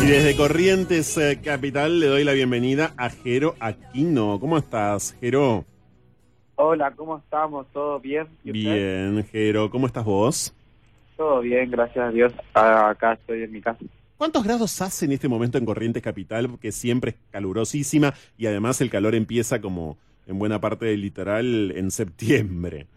Y desde Corrientes Capital le doy la bienvenida a Jero Aquino. ¿Cómo estás, Jero? Hola, ¿cómo estamos? ¿Todo bien? ¿Y usted? Bien, Jero. ¿Cómo estás vos? Todo bien, gracias a Dios. Acá estoy en mi casa. ¿Cuántos grados hace en este momento en Corrientes Capital? Porque siempre es calurosísima y además el calor empieza como en buena parte del litoral en septiembre.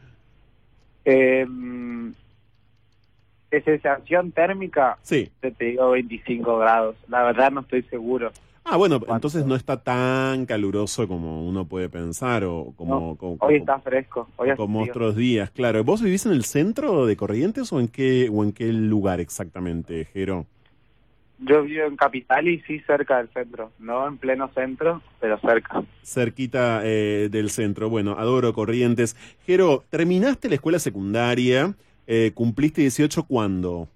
Sensación térmica, Sí. te digo 25 grados. La verdad no estoy seguro. Ah, bueno, ¿Cuánto? entonces no está tan caluroso como uno puede pensar o No, hoy está fresco. Hoy hace como frío. otros días, claro. ¿Vos vivís en el centro de Corrientes o en qué lugar exactamente, Jero? Yo vivo en Capital y sí cerca del centro. No en pleno centro, pero cerca. Cerquita del centro. Bueno, adoro Corrientes. Jero, ¿terminaste la escuela secundaria? ¿Cumpliste 18 cuándo?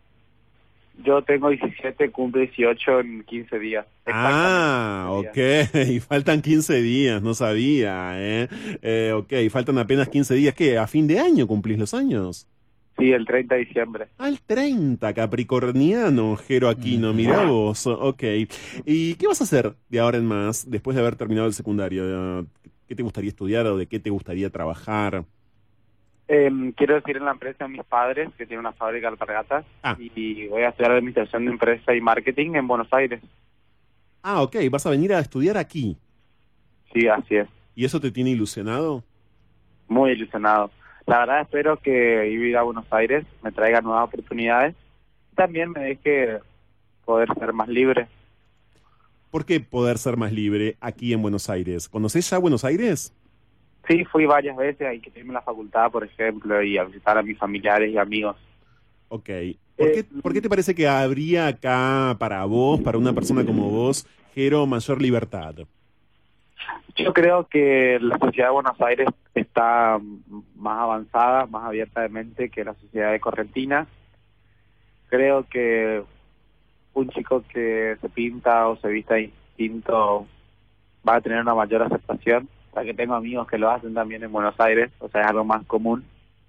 Yo tengo 17, cumple 18 en 15 días. Ah, Exactamente 15 ok. Y faltan 15 días, no sabía, ¿eh? Ok, faltan apenas 15 días. ¿Qué? ¿A fin de año cumplís los años? Sí, el 30 de diciembre. Al 30, capricorniano, Jero Aquino, mirá vos, ok. ¿Y qué vas a hacer de ahora en más, después de haber terminado el secundario? ¿Qué te gustaría estudiar o de qué te gustaría trabajar? Quiero decir en la empresa de mis padres, que tiene una fábrica de alpargatas, Ah, y voy a estudiar administración de empresa y marketing en Buenos Aires. ok, vas a venir a estudiar aquí. Sí, así es. ¿Y eso te tiene ilusionado? Muy ilusionado. La verdad espero que ir a Buenos Aires me traiga nuevas oportunidades. También me deje poder ser más libre. ¿Por qué poder ser más libre aquí en Buenos Aires? ¿Conocés ya Buenos Aires? Sí, fui varias veces a inscribirme en la facultad, por ejemplo, y a visitar a mis familiares y amigos. Ok. ¿Por qué te parece que habría acá para vos, para una persona como vos, Jero, mayor libertad? Yo creo que la sociedad de Buenos Aires está más avanzada, más abierta de mente que la sociedad de Correntina. Creo que un chico que se pinta o se vista distinto va a tener una mayor aceptación. O sea, que tengo amigos que lo hacen también en Buenos Aires, o sea, es algo más común.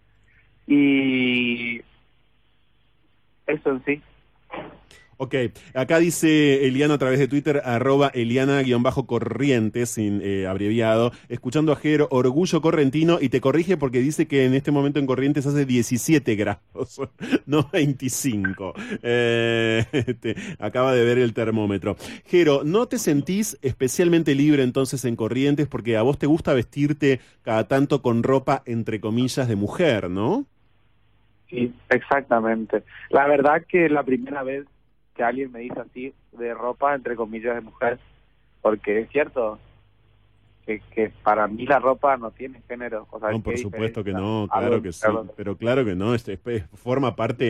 Y eso en sí. Ok, acá dice Eliana a través de Twitter, @Eliana_Corrientes, sin abreviado, escuchando a Jero, orgullo correntino, y te corrige porque dice que en este momento en Corrientes hace 17 grados, no 25. Acaba de ver el termómetro. Jero, ¿no te sentís especialmente libre entonces en Corrientes porque a vos te gusta vestirte cada tanto con ropa, entre comillas, de mujer, ¿no? Sí, exactamente. La verdad que la primera vez que alguien me dice así de ropa, entre comillas, de mujer, porque es cierto que para mí la ropa no tiene género, o sea, No, qué por supuesto que diferencia, no, algo claro de que mujer, sí, pero claro que no, forma parte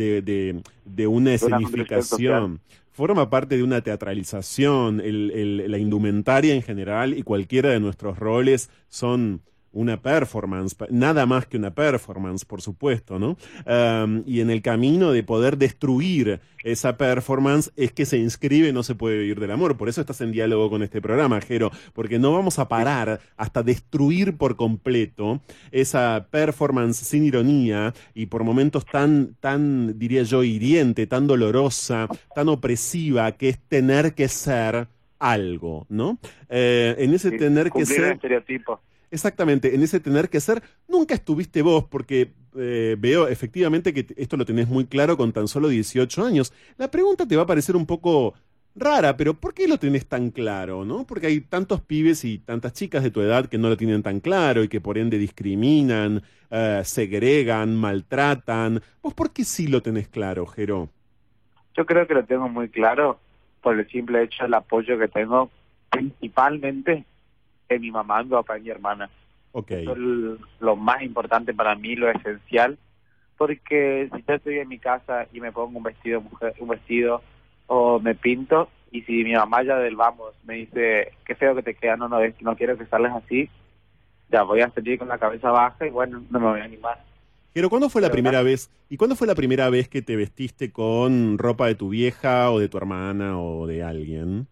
de una de una construcción social. escenificación, forma parte de una teatralización, la indumentaria en general y cualquiera de nuestros roles son una performance, nada más que una performance, por supuesto, ¿no? Y en el camino de poder destruir esa performance es que se inscribe No se puede vivir del amor. Por eso estás en diálogo con este programa, Jero, porque no vamos a Sí, parar hasta destruir por completo esa performance sin ironía y por momentos tan, diría yo, hiriente, tan dolorosa, tan opresiva, que es tener que ser algo, ¿no? En ese sí, tener que cumplir el ser. estereotipo. Exactamente, en ese tener que ser, nunca estuviste vos, porque veo efectivamente que esto lo tenés muy claro con tan solo 18 años. La pregunta te va a parecer un poco rara, pero ¿por qué lo tenés tan claro, no? Porque hay tantos pibes y tantas chicas de tu edad que no lo tienen tan claro y que por ende discriminan, segregan, maltratan. ¿Vos por qué sí lo tenés claro, Jero? Yo creo que lo tengo muy claro por el simple hecho del apoyo que tengo, principalmente de mi mamá, mi papá y mi hermana. Ok, Eso es lo más importante para mí, lo esencial, porque si yo estoy en mi casa y me pongo un vestido mujer, un vestido o me pinto, y si mi mamá ya del vamos me dice qué feo que te queda, no quiero que salgas así, ya voy a salir con la cabeza baja y bueno, no me voy a animar. Jero, ¿cuándo fue la Pero primera vez? ¿Y cuándo fue la primera vez que te vestiste con ropa de tu vieja o de tu hermana o de alguien?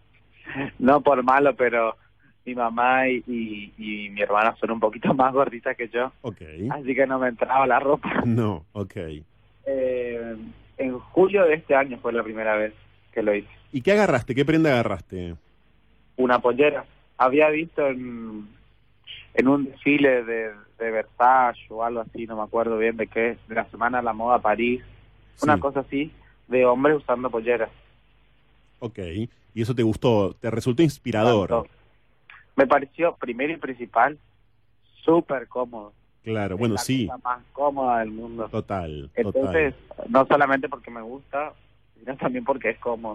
no por malo, pero mi mamá y mi hermana son un poquito más gorditas que yo, Ok. así que no me entraba la ropa. No, ok. Eh, en julio de este año fue la primera vez. que lo hice. ¿Y qué agarraste? ¿Qué prenda agarraste? Una pollera. Había visto en un desfile de Versace o algo así, no me acuerdo bien de qué, de la Semana de la Moda París, una Sí. cosa así, de hombres usando polleras. Ok. ¿Y eso te gustó? ¿Te resultó inspirador? Tanto. Me pareció, primero y principal, súper cómodo. Claro, Es bueno, la sí. cosa más cómoda del mundo. Total, total. Entonces, no solamente porque me gusta, sino también porque es cómodo.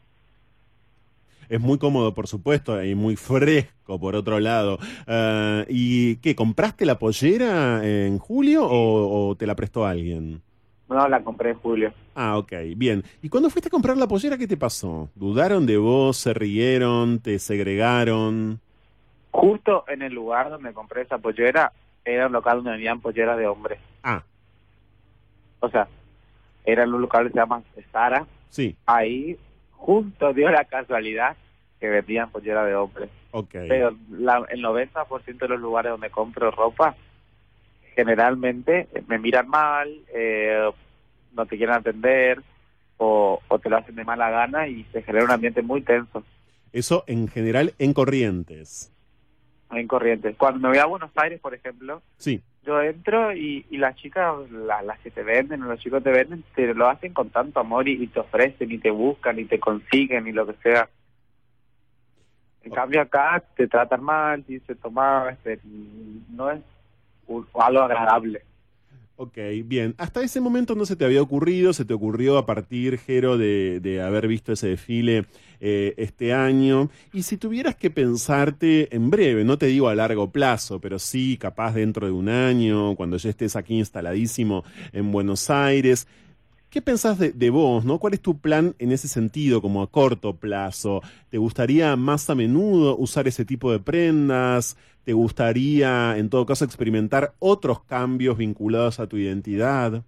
Es muy cómodo, por supuesto, y muy fresco, por otro lado. ¿Y qué? ¿Compraste la pollera en julio Sí. o te la prestó alguien? No, la compré en julio. Ah, ok, bien. ¿Y cuando fuiste a comprar la pollera, qué te pasó? ¿Dudaron de vos? ¿Se rieron? ¿Te segregaron? Justo en el lugar donde compré esa pollera, era un local donde vendían polleras de hombres. Ah, O sea, era en un local que se llama Sara. sí, Ahí justo dio la casualidad que vendían polleras de hombres. ok. Pero el 90% de los lugares donde compro ropa, generalmente me miran mal, no te quieren atender o te lo hacen de mala gana y se genera un ambiente muy tenso Eso en general en Corrientes. en Corrientes. Cuando me voy a Buenos Aires, por ejemplo, Sí. yo entro y las chicas, las que te venden o los chicos te venden, te lo hacen con tanto amor y te ofrecen y te buscan y te consiguen y lo que sea. En cambio acá te tratan mal, dice toma, no es algo agradable. Ok, bien. Hasta ese momento no se te había ocurrido, se te ocurrió a partir, Jero, de haber visto ese desfile este año. Y si tuvieras que pensarte en breve, no te digo a largo plazo, pero sí capaz dentro de un año, cuando ya estés aquí instaladísimo en Buenos Aires, ¿qué pensás de vos, no? ¿Cuál es tu plan en ese sentido, como a corto plazo? ¿Te gustaría más a menudo usar ese tipo de prendas? ¿Te gustaría, en todo caso, experimentar otros cambios vinculados a tu identidad?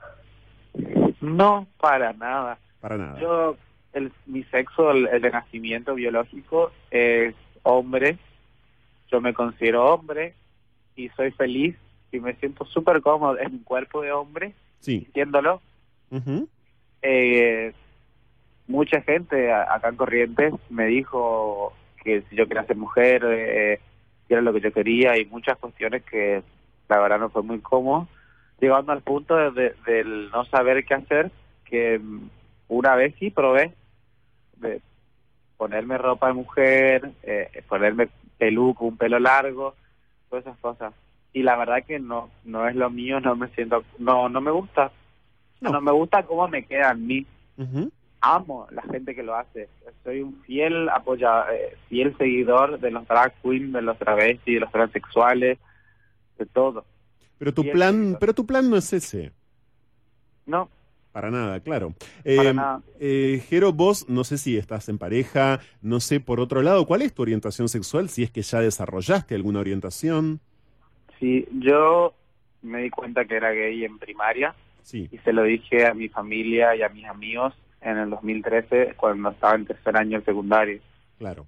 No, para nada. Para nada. Yo, mi sexo, el de nacimiento biológico es hombre, yo me considero hombre y soy feliz y me siento súper cómodo en mi cuerpo de hombre, Sí. sintiéndolo. Ujú. Eh, Mucha gente acá en Corrientes me dijo que si yo quería ser mujer, que era lo que yo quería y muchas cuestiones que la verdad no fue muy cómodo, llegando al punto del no saber qué hacer, que una vez sí probé de ponerme ropa de mujer, ponerme peluco, un pelo largo, todas esas cosas. Y la verdad que no es lo mío, no me siento, no me gusta. No. No me gusta cómo me queda a mí. Ujú. Amo la gente que lo hace. Soy un fiel fiel seguidor de los drag queens, de los travestis, de los transexuales, de todo. Fiel seguidor. Pero tu plan no es ese. No, Para nada, claro. para nada. Jero, vos no sé si estás en pareja, no sé por otro lado, ¿cuál es tu orientación sexual? Si es que ya desarrollaste alguna orientación. Sí, yo me di cuenta que era gay en primaria Sí, y se lo dije a mi familia y a mis amigos en el 2013 cuando estaba en tercer año de secundario. claro.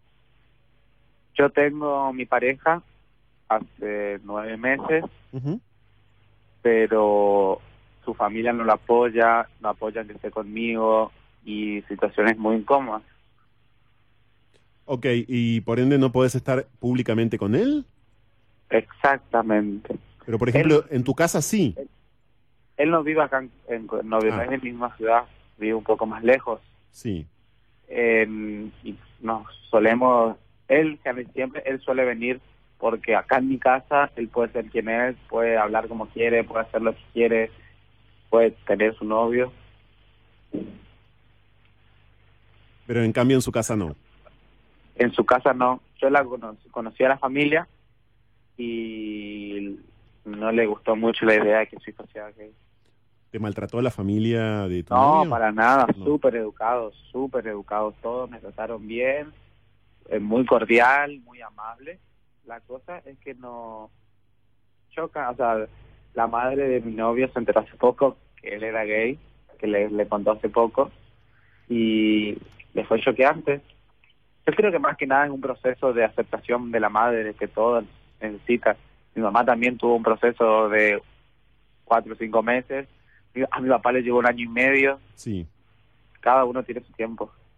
Yo tengo mi pareja hace 9 meses, Ujú. pero su familia no lo apoya, no apoyan que esté conmigo y situaciones muy incómodas. Ok, y por ende no podés estar públicamente con él, Exactamente. pero por Él, ejemplo, en tu casa sí. él no vive acá, no vive Ah, en la misma ciudad, vive un poco más lejos. sí, Y nos solemos, él casi siempre, él suele venir porque acá en mi casa él puede ser quien es, puede hablar como quiere, puede hacer lo que quiere, puede tener su novio. pero en cambio en su casa no. En su casa no. Yo conocí a la familia y no le gustó mucho la idea de que su hijo sea gay. ¿Te maltrató la familia de tu No, novio? para nada, No. súper educados, todos me trataron bien, muy cordial, muy amable. La cosa es que no choca, o sea, la madre de mi novio se enteró hace poco que él era gay, que le contó hace poco, y le fue choqueante. Yo creo que más que nada es un proceso de aceptación de la madre que todo necesita. Mi mamá también tuvo un proceso de 4 o 5 meses. A mi papá le llevó 1 año y medio. Sí. Cada uno tiene su tiempo.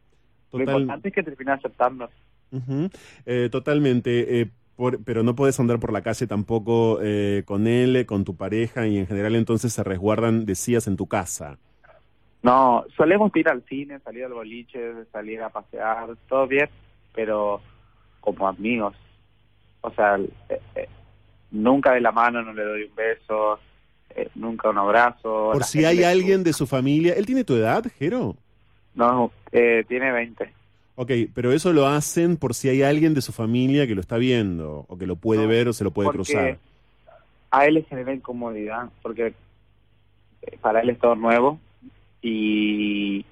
Lo importante es que termine aceptando. Uh-huh. Totalmente. Pero no puedes andar por la calle tampoco con él, con tu pareja, y en general entonces se resguardan, decías, en tu casa. No, solemos ir al cine, salir al boliche, salir a pasear, todo bien, pero como amigos. O sea, nunca de la mano, no le doy un beso, nunca un abrazo. Por si hay alguien de su familia. ¿Él tiene tu edad, Jero? No, tiene 20. Ok, pero eso lo hacen por si hay alguien de su familia que lo está viendo, o que lo puede ver o se lo puede cruzar. A él le genera incomodidad, porque para él es todo nuevo y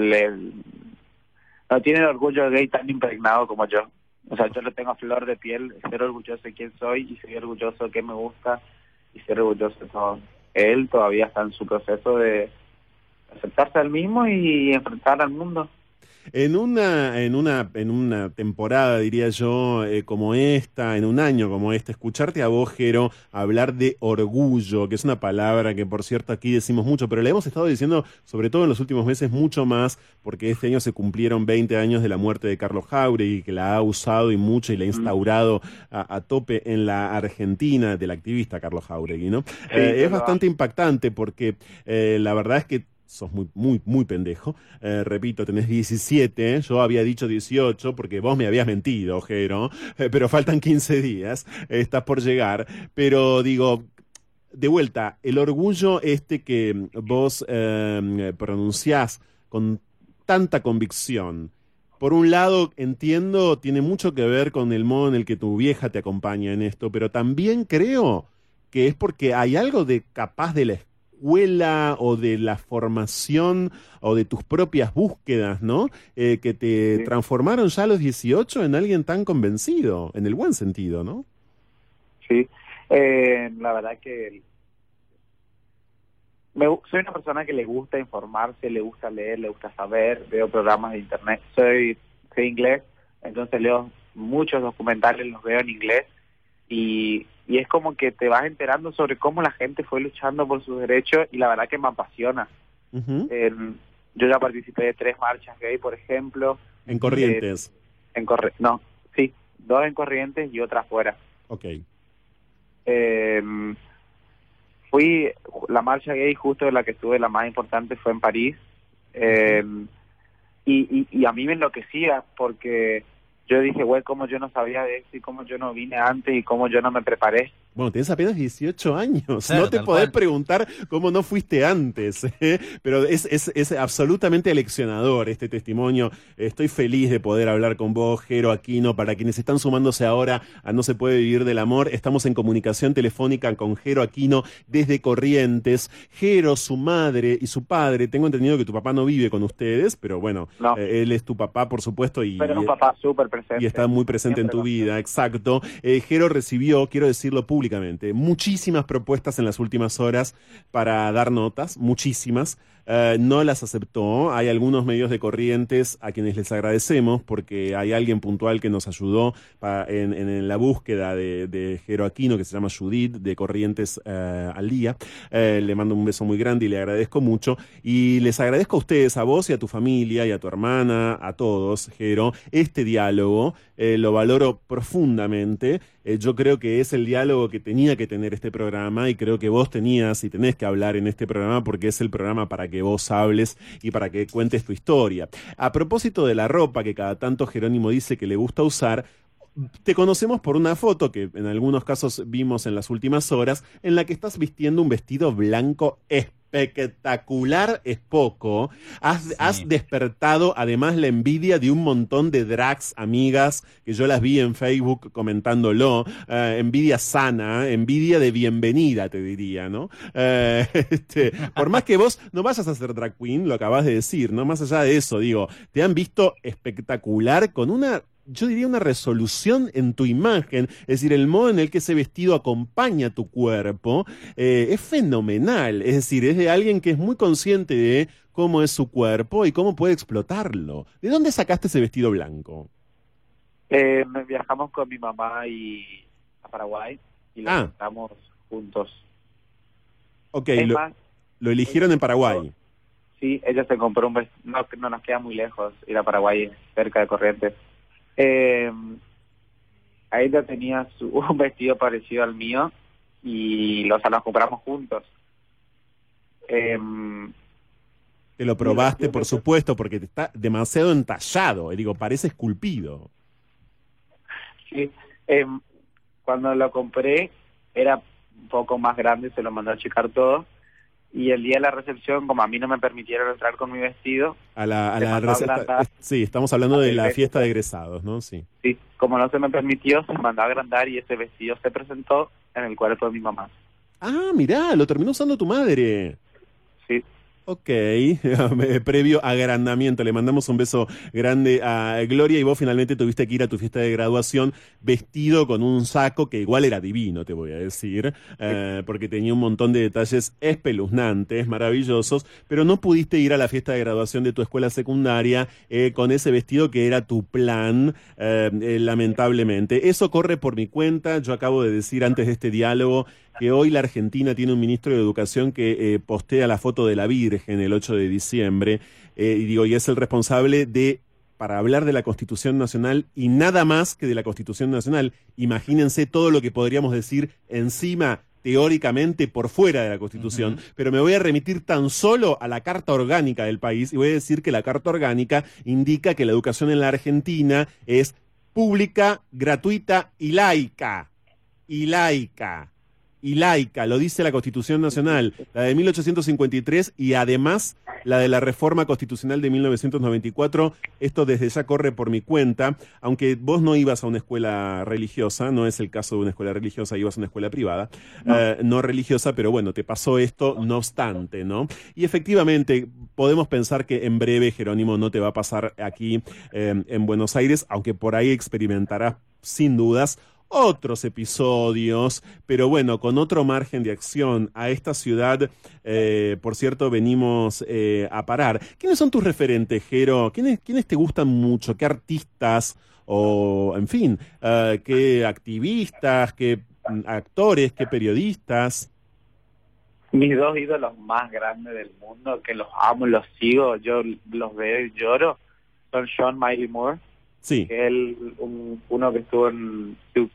no tiene el orgullo gay tan impregnado como yo. O sea, yo lo tengo a flor de piel, ser orgulloso de quién soy y ser orgulloso de qué me gusta y ser orgulloso de todo. Él todavía está en su proceso de aceptarse al mismo y enfrentar al mundo. En una temporada, diría yo, como esta, en un año como este, escucharte a vos, Jero, hablar de orgullo, que es una palabra que, por cierto, aquí decimos mucho, pero le hemos estado diciendo, sobre todo en los últimos meses, mucho más, porque este año se cumplieron 20 años de la muerte de Carlos Jáuregui, que la ha usado y mucho y la ha instaurado a tope en la Argentina, del activista Carlos Jáuregui, ¿no? Sí, es bastante impactante porque la verdad es que sos muy pendejo. Repito, tenés 17, yo había dicho 18 porque vos me habías mentido, Jero, pero faltan 15 días, estás por llegar, pero digo, de vuelta, el orgullo que vos pronunciás con tanta convicción, por un lado, entiendo, tiene mucho que ver con el modo en el que tu vieja te acompaña en esto, pero también creo que es porque hay algo de capaz de la escuela o de la formación o de tus propias búsquedas, ¿no? Que te transformaron ya a los 18 en alguien tan convencido, en el buen sentido, ¿no? Sí, la verdad que soy una persona que le gusta informarse, le gusta leer, le gusta saber, veo programas de internet, soy inglés, entonces leo muchos documentales, los veo en inglés y es como que te vas enterando sobre cómo la gente fue luchando por sus derechos y la verdad que me apasiona. Uh-huh. Yo ya participé de 3 marchas gay, por ejemplo. ¿En Corrientes? No, sí, 2 en Corrientes y otra afuera. Ok. La marcha gay justo de la que estuve, la más importante, fue en París. Y a mí me enloquecía porque yo dije, güey, cómo yo no sabía de esto y cómo yo no vine antes y cómo yo no me preparé. Bueno, tienes apenas 18 años, claro, no te podés preguntar cómo no fuiste antes, pero es absolutamente aleccionador este testimonio. Estoy feliz de poder hablar con vos, Jero Aquino. Para quienes están sumándose ahora a No se puede vivir del amor, estamos en comunicación telefónica con Jero Aquino desde Corrientes. Jero, su madre y su padre, tengo entendido que tu papá no vive con ustedes, pero bueno, no. Él es tu papá, por supuesto, pero es un papá súper presente. Y está muy presente en tu vida, exacto. Jero recibió, quiero decirlo públicamente, muchísimas propuestas en las últimas horas para dar notas, muchísimas. No las aceptó. Hay algunos medios de Corrientes a quienes les agradecemos porque hay alguien puntual que nos ayudó en la búsqueda de Jero Aquino, que se llama Judith, de Corrientes al Día. Le mando un beso muy grande y le agradezco mucho. Y les agradezco a ustedes, a vos y a tu familia y a tu hermana, a todos, Jero, este diálogo. Lo valoro profundamente. Yo creo que es el diálogo que tenía que tener este programa y creo que vos tenías y tenés que hablar en este programa porque es el programa para que vos hables y para que cuentes tu historia. A propósito de la ropa que cada tanto Jerónimo dice que le gusta usar, te conocemos por una foto que en algunos casos vimos en las últimas horas en la que estás vistiendo un vestido blanco espectacular, es poco. Has despertado además la envidia de un montón de drags amigas que yo las vi en Facebook comentándolo. Envidia sana, envidia de bienvenida, te diría, ¿no? Por más que vos no vayas a ser drag queen, lo acabas de decir, ¿no? Más allá de eso, digo, te han visto espectacular con yo diría una resolución en tu imagen, es decir, el modo en el que ese vestido acompaña tu cuerpo es fenomenal, es decir, es de alguien que es muy consciente de cómo es su cuerpo y cómo puede explotarlo. ¿De dónde sacaste ese vestido blanco? Viajamos con mi mamá a Paraguay y lo estamos juntos. Ok, lo eligieron en Paraguay. Sí, ella se compró un vestido, no, no nos queda muy lejos, ir a Paraguay, cerca de Corrientes. A ella tenía un vestido parecido al mío y los compramos juntos. Te lo probaste, por supuesto, porque está demasiado entallado, digo, parece esculpido. Sí, cuando lo compré era un poco más grande, se lo mandó a checar todo. Y el día de la recepción, como a mí no me permitieron entrar con mi vestido... Sí, estamos hablando de la fiesta de egresados, ¿no? Sí. Sí, como no se me permitió, se mandó a agrandar y ese vestido se presentó en el cuerpo de mi mamá. Ah, mirá, lo terminó usando tu madre. Sí. Ok, previo agrandamiento, le mandamos un beso grande a Gloria y vos finalmente tuviste que ir a tu fiesta de graduación vestido con un saco que igual era divino, te voy a decir, porque tenía un montón de detalles espeluznantes, maravillosos, pero no pudiste ir a la fiesta de graduación de tu escuela secundaria con ese vestido que era tu plan, lamentablemente. Eso corre por mi cuenta, yo acabo de decir antes de este diálogo que hoy la Argentina tiene un ministro de Educación que postea la foto de la Virgen el 8 de diciembre, y es el responsable para hablar de la Constitución Nacional y nada más que de la Constitución Nacional. Imagínense todo lo que podríamos decir encima, teóricamente, por fuera de la Constitución, pero me voy a remitir tan solo a la Carta Orgánica del país y voy a decir que la Carta Orgánica indica que la educación en la Argentina es pública, gratuita y laica. Y laica, lo dice la Constitución Nacional, la de 1853 y además la de la Reforma Constitucional de 1994. Esto desde ya corre por mi cuenta, aunque vos no ibas a una escuela religiosa, no es el caso de una escuela religiosa, ibas a una escuela privada, no religiosa, pero bueno, te pasó esto no obstante, ¿no? Y efectivamente, podemos pensar que en breve, Jerónimo, no te va a pasar aquí en Buenos Aires, aunque por ahí experimentarás sin dudas otros episodios, pero bueno, con otro margen de acción. A esta ciudad, por cierto, venimos a parar. ¿Quiénes son tus referentes, Jero? ¿Quiénes te gustan mucho? ¿Qué artistas? O, en fin, ¿qué activistas? ¿Qué actores? ¿Qué periodistas? Mis dos ídolos más grandes del mundo, que los amo, los sigo, yo los veo y lloro, son Sean Mighty Moore. Sí. Que él, uno que estuvo en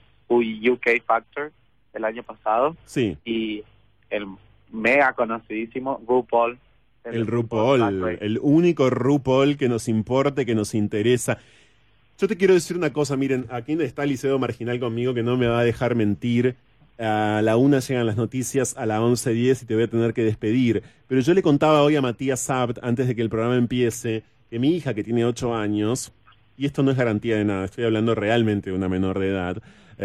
UK Factor el año pasado. Sí. Y el mega conocidísimo RuPaul. El RuPaul, el único RuPaul que nos importe, que nos interesa. Yo te quiero decir una cosa, miren, aquí está Liceo Marginal conmigo, que no me va a dejar mentir. A la 1 llegan las noticias, a la 11:10 y te voy a tener que despedir. Pero yo le contaba hoy a Matías Sabt, antes de que el programa empiece, que mi hija, que tiene 8 años... y esto no es garantía de nada, estoy hablando realmente de una menor de edad,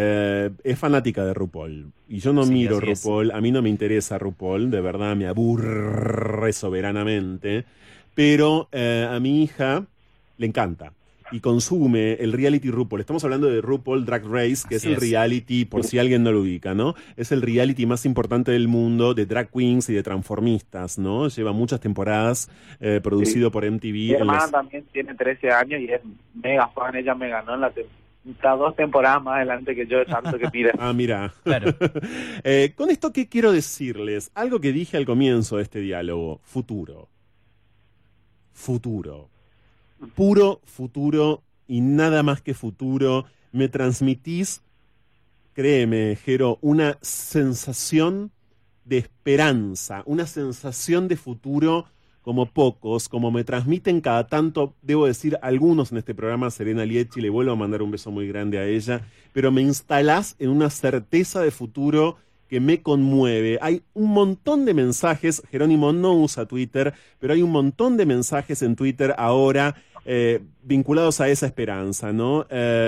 es fanática de RuPaul. Y yo no miro RuPaul, a mí no me interesa RuPaul, de verdad me aburre soberanamente, pero a mi hija le encanta y consume el reality RuPaul. Estamos hablando de RuPaul Drag Race, que es el reality, por si alguien no lo ubica, ¿no? Es el reality más importante del mundo de drag queens y de transformistas, ¿no? Lleva muchas temporadas, producido por MTV. Mi hermana también tiene 13 años y es mega fan, ella me ganó en está 2 temporadas más adelante que yo, tanto que mira. Ah, mira. Claro. Con esto, ¿qué quiero decirles? Algo que dije al comienzo de este diálogo. Futuro. Puro futuro y nada más que futuro. Me transmitís, créeme, Jero, una sensación de esperanza, una sensación de futuro como pocos, como me transmiten cada tanto, debo decir, algunos en este programa, Serena Liechi, le vuelvo a mandar un beso muy grande a ella, pero me instalás en una certeza de futuro que me conmueve. Hay un montón de mensajes, Jerónimo no usa Twitter, pero hay un montón de mensajes en Twitter ahora vinculados a esa esperanza, ¿no?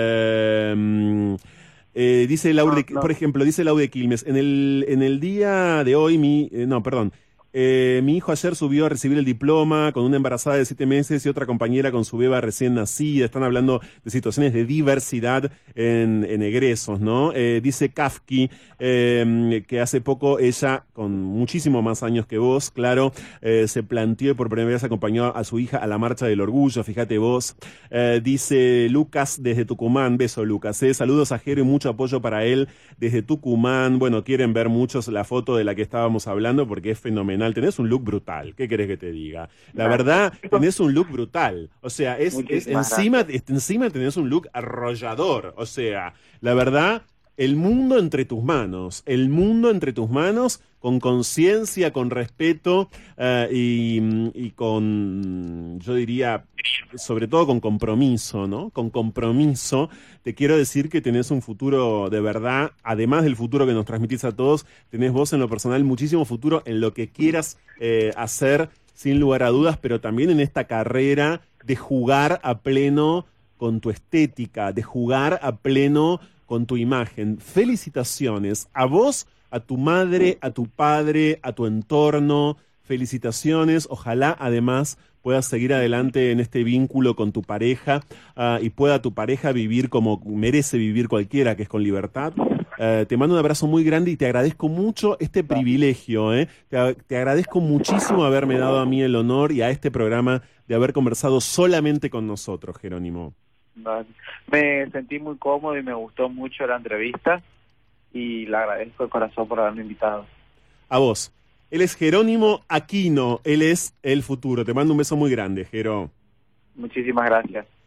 Dice Laude, por ejemplo, dice Laude Quilmes, en el día de hoy, mi hijo ayer subió a recibir el diploma con una embarazada de 7 meses y otra compañera con su beba recién nacida. Están hablando de situaciones de diversidad en egresos, ¿no? Dice Kafki que hace poco ella, con muchísimo más años que vos, claro, se planteó y por primera vez acompañó a su hija a la Marcha del Orgullo, fíjate vos. Dice Lucas desde Tucumán, beso Lucas, saludos a Jero y mucho apoyo para él desde Tucumán. Bueno, quieren ver muchos la foto de la que estábamos hablando porque es fenomenal. sensacional, tenés un look brutal, ¿qué querés que te diga? La Gracias. verdad, tenés un look brutal, o sea, Muchísimas encima tenés un look arrollador, o sea, la verdad, el mundo entre tus manos, el mundo entre tus manos, con conciencia, con respeto y con, yo diría, sobre todo con compromiso, ¿no? Con compromiso, te quiero decir que tenés un futuro de verdad, además del futuro que nos transmitís a todos, tenés vos en lo personal muchísimo futuro en lo que quieras hacer, sin lugar a dudas, pero también en esta carrera de jugar a pleno con tu estética, de jugar a pleno con tu imagen. Felicitaciones a vos, a tu madre, a tu padre, a tu entorno. Felicitaciones. Ojalá además puedas seguir adelante en este vínculo con tu pareja y pueda tu pareja vivir como merece vivir cualquiera, que es con libertad. Te mando un abrazo muy grande y te agradezco mucho este privilegio. Te agradezco muchísimo haberme dado a mí el honor y a este programa de haber conversado solamente con nosotros, Jerónimo. Vale. Me sentí muy cómodo y me gustó mucho la entrevista y le agradezco de corazón por haberme invitado. A vos. Él es Jerónimo Aquino, él es el futuro. Te mando un beso muy grande, Jero. Muchísimas gracias.